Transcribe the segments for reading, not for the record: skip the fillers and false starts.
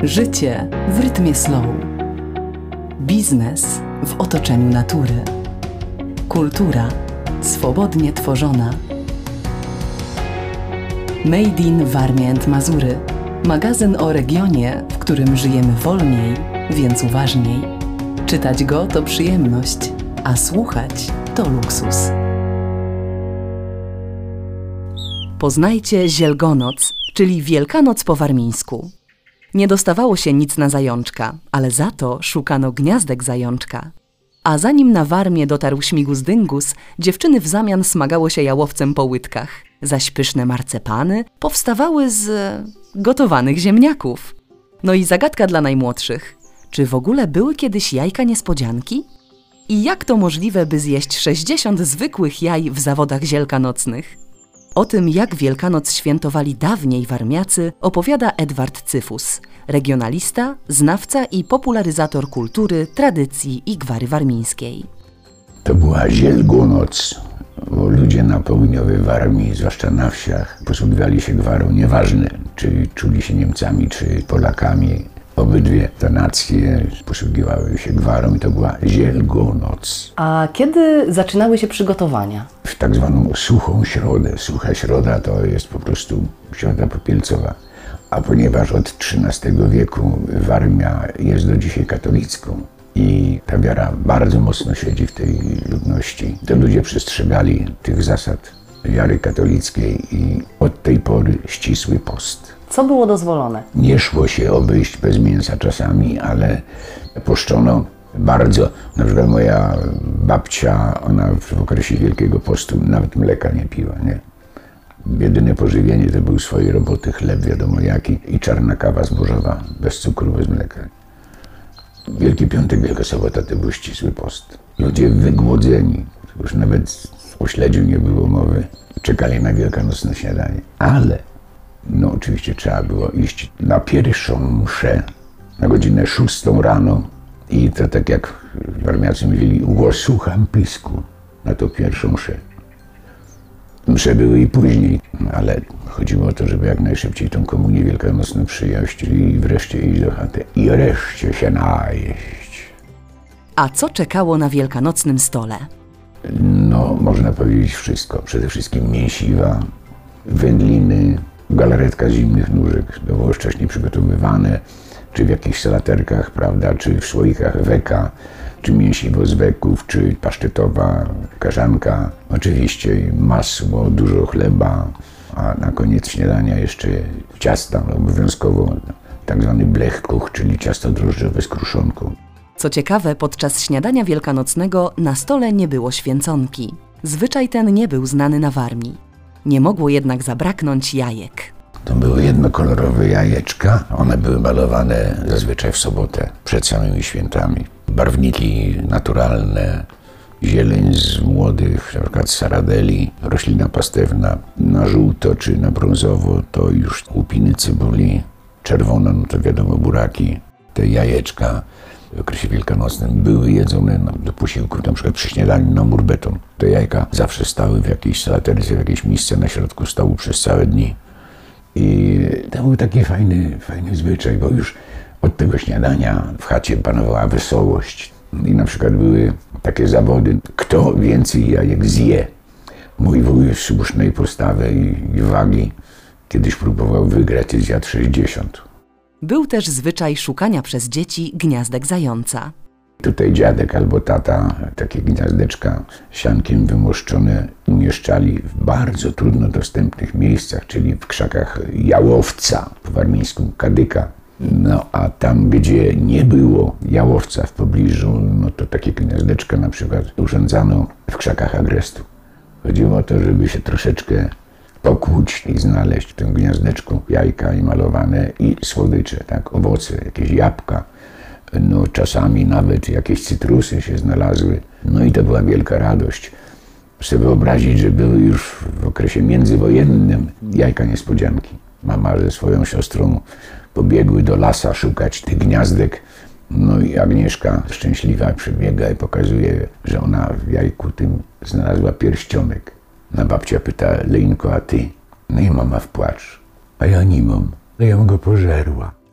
Życie w rytmie slow. Biznes w otoczeniu natury. Kultura swobodnie tworzona. Made in Warmia and Mazury. Magazyn o regionie, w którym żyjemy wolniej, więc uważniej. Czytać go to przyjemność, a słuchać to luksus. Poznajcie Zielgonoc, czyli Wielkanoc po warmińsku. Nie dostawało się nic na zajączka, ale za to szukano gniazdek zajączka. A zanim na Warmię dotarł śmigus dyngus, dziewczyny w zamian smagało się jałowcem po łydkach, zaś pyszne marcepany powstawały z gotowanych ziemniaków. No i zagadka dla najmłodszych. Czy w ogóle były kiedyś jajka niespodzianki? I jak to możliwe, by zjeść 60 zwykłych jaj w zawodach zielkanocnych? O tym, jak Wielkanoc świętowali dawniej warmiacy, opowiada Edward Cyfus, regionalista, znawca i popularyzator kultury, tradycji i gwary warmińskiej. To była Zielgonoc, bo ludzie na południowej Warmii, zwłaszcza na wsiach, posługiwali się gwarą, nieważne czy czuli się Niemcami, czy Polakami. Obydwie te nacje posługiwały się gwarą i to była Zielgonoc. A kiedy zaczynały się przygotowania? W tak zwaną suchą środę. Sucha środa to jest po prostu środa popielcowa. A ponieważ od XIII wieku Warmia jest do dzisiaj katolicką i ta wiara bardzo mocno siedzi w tej ludności, to ludzie przestrzegali tych zasad wiary katolickiej i od tej pory ścisły post. Co było dozwolone? Nie szło się obejść bez mięsa czasami, ale poszczono bardzo. Na przykład moja babcia, ona w okresie Wielkiego Postu nawet mleka nie piła, nie? Jedyne pożywienie to był swojej roboty chleb, wiadomo jaki, i czarna kawa zbożowa, bez cukru, bez mleka. Wielki Piątek, Wielka Sobota to był ścisły post. Ludzie wygłodzeni, już nawet o śledziu nie było mowy, czekali na wielkanocne śniadanie. Ale no oczywiście trzeba było iść na pierwszą mszę na godzinę 6 rano i to tak jak warmiacy mówili, łosłucham pysku na to pierwszą mszę. Msze były i później, ale chodziło o to, żeby jak najszybciej tą komunię wielkanocną przyjąć i wreszcie iść do chaty i wreszcie się najeść. A co czekało na wielkanocnym stole? No, można powiedzieć wszystko. Przede wszystkim mięsiwa, wędliny, galaretka z zimnych nóżek, to było wcześniej przygotowywane, czy w jakichś salaterkach, prawda, czy w słoikach weka, czy mięsiwo z weków, czy pasztetowa kaszanka, oczywiście masło, dużo chleba, a na koniec śniadania jeszcze ciasta, no, obowiązkowo tak zwany blechkuch, czyli ciasto drożdżowe z kruszonką. Co ciekawe, podczas śniadania wielkanocnego na stole nie było święconki. Zwyczaj ten nie był znany na Warmii. Nie mogło jednak zabraknąć jajek. To były jednokolorowe jajeczka. One były malowane zazwyczaj w sobotę, przed samymi świętami. Barwniki naturalne, zieleń z młodych, na przykład saradeli, roślina pastewna. Na żółto czy na brązowo to już łupiny cebuli, czerwono, no to wiadomo buraki. Te jajeczka w okresie wielkanocnym były jedzone do posiłku, na przykład przy śniadaniu na murbeton. Te jajka zawsze stały w jakiejś salaterce, w jakieś miejsce na środku stołu przez całe dni. I to był taki fajny zwyczaj, bo już od tego śniadania w chacie panowała wesołość. I na przykład były takie zawody, kto więcej jajek zje. Mój wuj słusznej postawy i wagi kiedyś próbował wygrać i zjadł 60. Był też zwyczaj szukania przez dzieci gniazdek zająca. Tutaj dziadek albo tata takie gniazdeczka siankiem wymoszczone umieszczali w bardzo trudno dostępnych miejscach, czyli w krzakach jałowca, po warmińsku kadyka. No a tam, gdzie nie było jałowca w pobliżu, no to takie gniazdeczka na przykład urządzano w krzakach agrestu. Chodziło o to, żeby się troszeczkę pokłuć i znaleźć w tym gniazdeczku jajka i malowane i słodycze, tak, owoce, jakieś jabłka. No czasami nawet jakieś cytrusy się znalazły. No i to była wielka radość. Chcę wyobrazić, że były już w okresie międzywojennym jajka niespodzianki. Mama ze swoją siostrą pobiegły do lasa szukać tych gniazdek. No i Agnieszka szczęśliwa przybiega i pokazuje, że ona w jajku tym znalazła pierścionek. No babcia pyta, Leinko, a ty? No i mama w płacz. A ja nie mam, no ja go pożerła.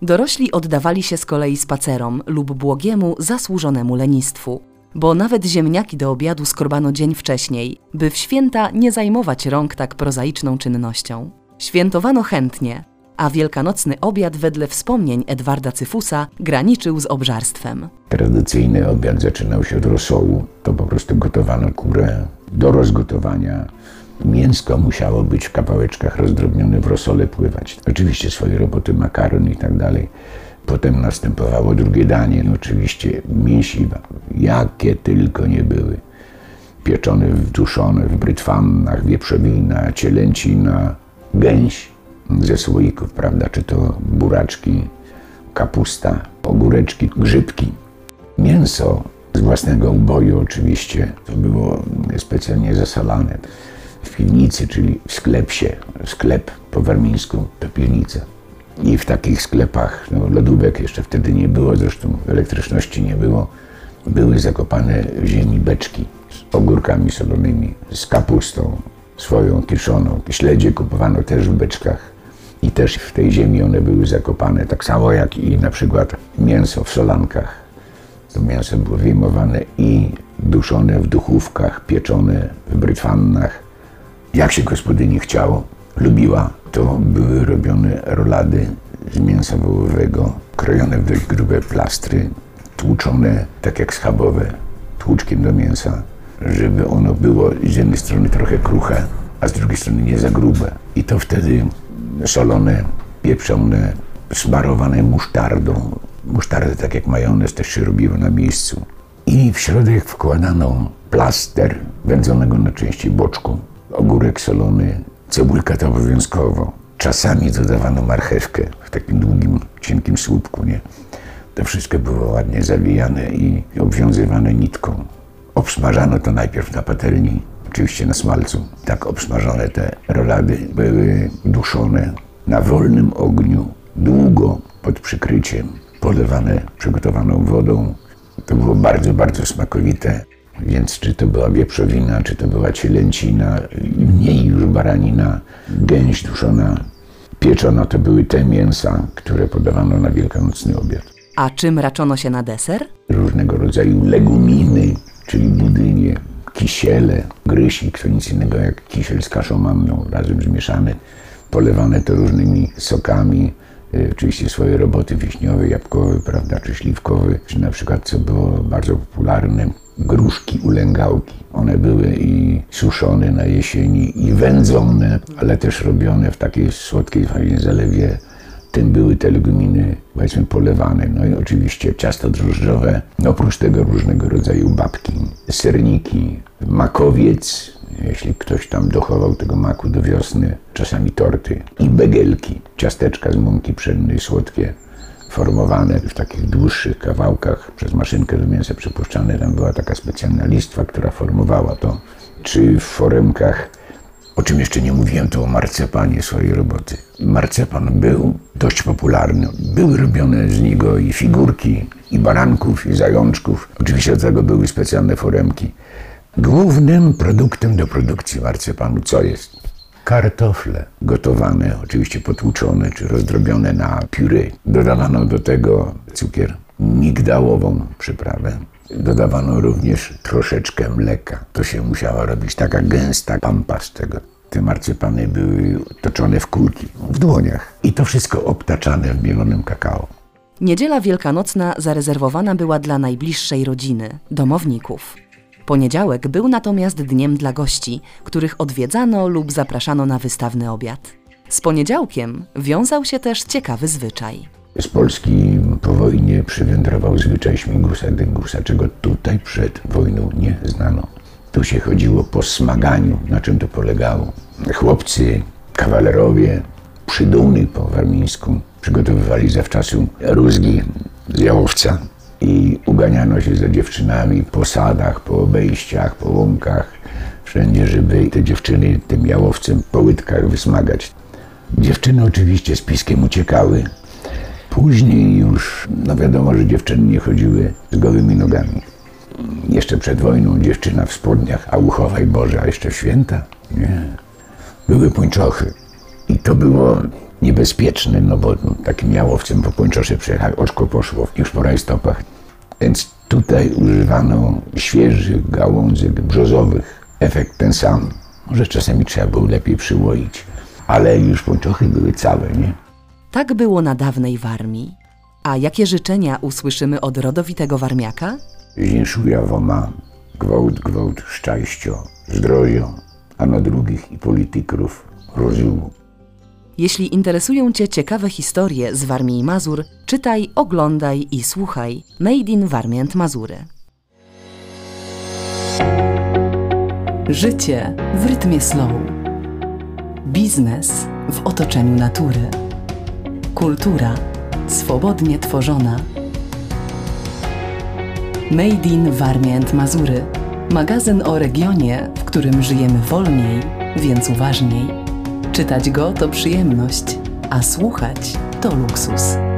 Dorośli oddawali się z kolei spacerom lub błogiemu, zasłużonemu lenistwu, bo nawet ziemniaki do obiadu skrobano dzień wcześniej, by w święta nie zajmować rąk tak prozaiczną czynnością. Świętowano chętnie, a wielkanocny obiad wedle wspomnień Edwarda Cyfusa graniczył z obżarstwem. Tradycyjny obiad zaczynał się od rosołu. To po prostu gotowano kurę. Do rozgotowania mięsko musiało być w kawałeczkach rozdrobnione, w rosole pływać. Oczywiście swoje roboty, makaron i tak dalej. Potem następowało drugie danie, oczywiście mięsiwa, jakie tylko nie były. Pieczone, duszone w brytwannach, wieprzowina, cielęcina, gęś ze słoików, prawda, czy to buraczki, kapusta, ogóreczki, grzybki. Mięso z własnego uboju oczywiście, to było specjalnie zasalane. W piwnicy, czyli w sklepsie, sklep po warmińsku to piwnica. I w takich sklepach, lodówek jeszcze wtedy nie było, zresztą elektryczności nie było, były zakopane w ziemi beczki z ogórkami solonymi, z kapustą swoją kiszoną. Śledzie kupowano też w beczkach i też w tej ziemi one były zakopane, tak samo jak i na przykład mięso w solankach. To mięso było wyjmowane i duszone w duchówkach, pieczone w brytwannach. Jak się gospodyni chciało, lubiła, to były robione rolady z mięsa wołowego, krojone w dość grube plastry, tłuczone tak jak schabowe, tłuczkiem do mięsa, żeby ono było z jednej strony trochę kruche, a z drugiej strony nie za grube. I to wtedy solone, pieprzone, smarowane musztardą. Musztardę, tak jak majonez, też się robiło na miejscu. I w środek wkładano plaster wędzonego na części boczku, ogórek solony, cebulka to obowiązkowo. Czasami dodawano marchewkę w takim długim, cienkim słupku, nie? To wszystko było ładnie zawijane i obwiązywane nitką. Obsmażano to najpierw na patelni, oczywiście na smalcu. Tak obsmażone te rolady były duszone na wolnym ogniu, długo pod przykryciem, polewane przygotowaną wodą. To było bardzo, bardzo smakowite. Więc czy to była wieprzowina, czy to była cielęcina, mniej już baranina, gęś duszona, pieczona, to były te mięsa, które podawano na wielkanocny obiad. A czym raczono się na deser? Różnego rodzaju leguminy, czyli budynie, kisiele, grysik, to nic innego jak kisiel z kaszą manną, razem zmieszane, polewane to różnymi sokami, oczywiście swoje roboty wiśniowe, jabłkowe, prawda, czy śliwkowe, czy na przykład, co było bardzo popularne, gruszki ulęgałki. One były i suszone na jesieni, i wędzone, ale też robione w takiej słodkiej fajnie zalewie. Tym były te leguminy, powiedzmy, polewane. No i oczywiście ciasto drożdżowe, oprócz tego różnego rodzaju babki, serniki, makowiec, jeśli ktoś tam dochował tego maku do wiosny, czasami torty i begelki, ciasteczka z mąki pszennej, słodkie, formowane w takich dłuższych kawałkach, przez maszynkę do mięsa przypuszczane. Tam była taka specjalna listwa, która formowała to. Czy w foremkach, o czym jeszcze nie mówiłem, to o marcepanie swojej roboty. Marcepan był dość popularny. Były robione z niego i figurki, i baranków, i zajączków. Oczywiście do tego były specjalne foremki. Głównym produktem do produkcji marcepanu co jest? Kartofle gotowane, oczywiście potłuczone czy rozdrobione na pióre. Dodawano do tego cukier, migdałową przyprawę. Dodawano również troszeczkę mleka. To się musiała robić taka gęsta pampa z tego. Te marcepany były toczone w kulki, w dłoniach. I to wszystko obtaczane w mielonym kakao. Niedziela wielkanocna zarezerwowana była dla najbliższej rodziny, domowników. Poniedziałek był natomiast dniem dla gości, których odwiedzano lub zapraszano na wystawny obiad. Z poniedziałkiem wiązał się też ciekawy zwyczaj. Z Polski po wojnie przywędrował zwyczaj śmigusa dyngusa, czego tutaj przed wojną nie znano. Tu się chodziło po smaganiu. Na czym to polegało? Chłopcy, kawalerowie, przyduny po warmińsku przygotowywali zawczasu rózgi z jałowca i uganiano się za dziewczynami po sadach, po obejściach, po łąkach, wszędzie, żeby te dziewczyny tym jałowcem po łydkach wysmagać. Dziewczyny oczywiście z piskiem uciekały. Później już, no wiadomo, że dziewczyny nie chodziły z gołymi nogami. Jeszcze przed wojną dziewczyna w spodniach, a uchowaj Boże, a jeszcze w święta? Nie. Były pończochy. I to było niebezpieczne, no bo takim jałowcem po Pończosze przejechał, oczko poszło już po rajstopach. Więc tutaj używano świeżych gałązek brzozowych. Efekt ten sam. Może czasami trzeba było lepiej przyłoić, ale już pończochy były całe, nie? Tak było na dawnej Warmii. A jakie życzenia usłyszymy od rodowitego Warmiaka? Zięszuja ma gwałt, szczęścio, zdrowio, a na drugich i polityków rozumu. Jeśli interesują Cię ciekawe historie z Warmii i Mazur, czytaj, oglądaj i słuchaj Made in Warmii and Mazury. Życie w rytmie slow. Biznes w otoczeniu natury. Kultura swobodnie tworzona. Made in Warmia and Mazury. Magazyn o regionie, w którym żyjemy wolniej, więc uważniej. Czytać go to przyjemność, a słuchać to luksus.